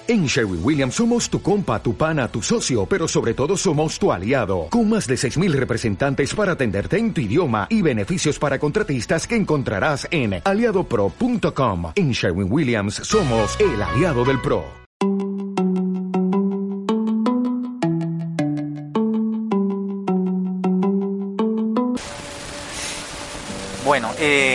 En Sherwin-Williams somos tu compa, tu pana, tu socio, pero sobre todo somos tu aliado, con más de 6,000 representantes para atenderte en tu idioma y beneficios para contratistas que encontrarás en aliadopro.com. En Sherwin-Williams somos el aliado del pro. Bueno,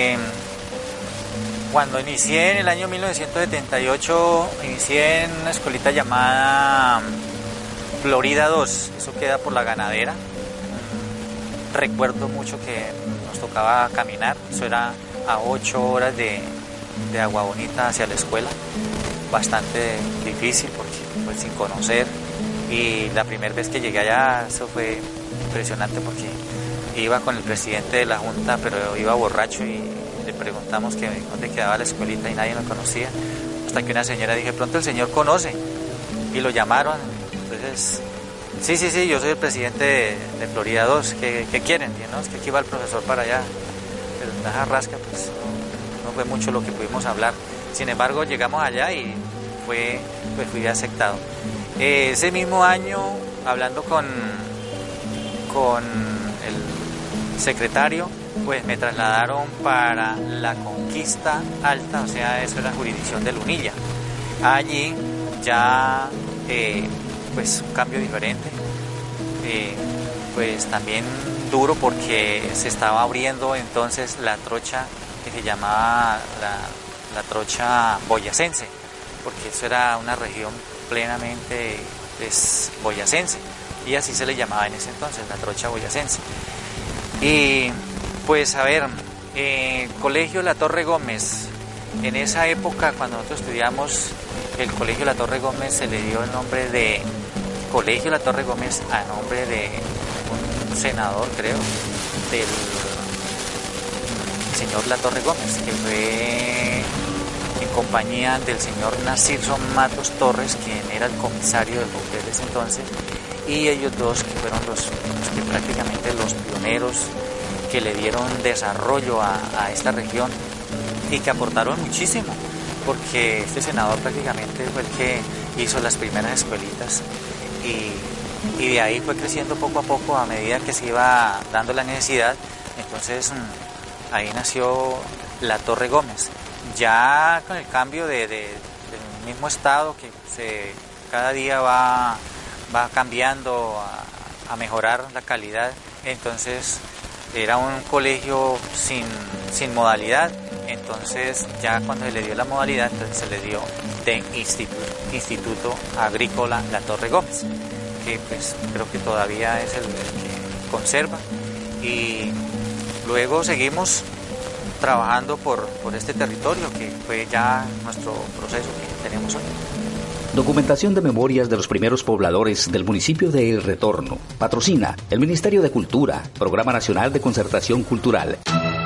cuando inicié en el año 1978, inicié en una escuelita llamada Florida 2, eso queda por la Ganadera. Recuerdo mucho que nos tocaba caminar, eso era a 8 horas de Agua Bonita hacia la escuela, bastante difícil porque pues sin conocer, y la primera vez que llegué allá eso fue impresionante porque iba con el presidente de la junta, pero iba borracho y le preguntamos que dónde quedaba la escuelita y nadie me conocía, hasta que una señora dije, pronto el señor conoce, y lo llamaron. Entonces, sí, yo soy el presidente de Florida 2, ¿qué quieren? Y no, es que aquí va el profesor para allá, pero en la rasca pues no fue mucho lo que pudimos hablar. Sin embargo, llegamos allá y fui aceptado. Ese mismo año, hablando con el secretario, pues me trasladaron para la Conquista Alta, o sea, eso era jurisdicción de Lunilla. Allí ya, pues un cambio diferente, pues también duro porque se estaba abriendo entonces la trocha que se llamaba la trocha boyacense, porque eso era una región plenamente boyacense, y así se le llamaba en ese entonces, la trocha boyacense. Y pues a ver, Colegio La Torre Gómez, en esa época cuando nosotros estudiamos, el Colegio La Torre Gómez se le dio el nombre de Colegio La Torre Gómez a nombre de un senador, creo, del señor La Torre Gómez, que fue en compañía del señor Narciso Matos Torres, quien era el comisario del buque de ese entonces, y ellos dos que fueron los que prácticamente los pioneros que le dieron desarrollo a esta región y que aportaron muchísimo, porque este senador prácticamente fue el que hizo las primeras escuelitas y de ahí fue creciendo poco a poco a medida que se iba dando la necesidad. Entonces ahí nació La Torre Gómez, ya con el cambio del mismo estado que cada día va cambiando a mejorar la calidad. Entonces era un colegio sin modalidad, entonces ya cuando se le dio la modalidad, entonces se le dio de Instituto Agrícola La Torre Gómez, que pues creo que todavía es el que conserva, y luego seguimos trabajando por este territorio que fue ya nuestro proceso que tenemos hoy. Documentación de memorias de los primeros pobladores del municipio de El Retorno. Patrocina el Ministerio de Cultura, Programa Nacional de Concertación Cultural.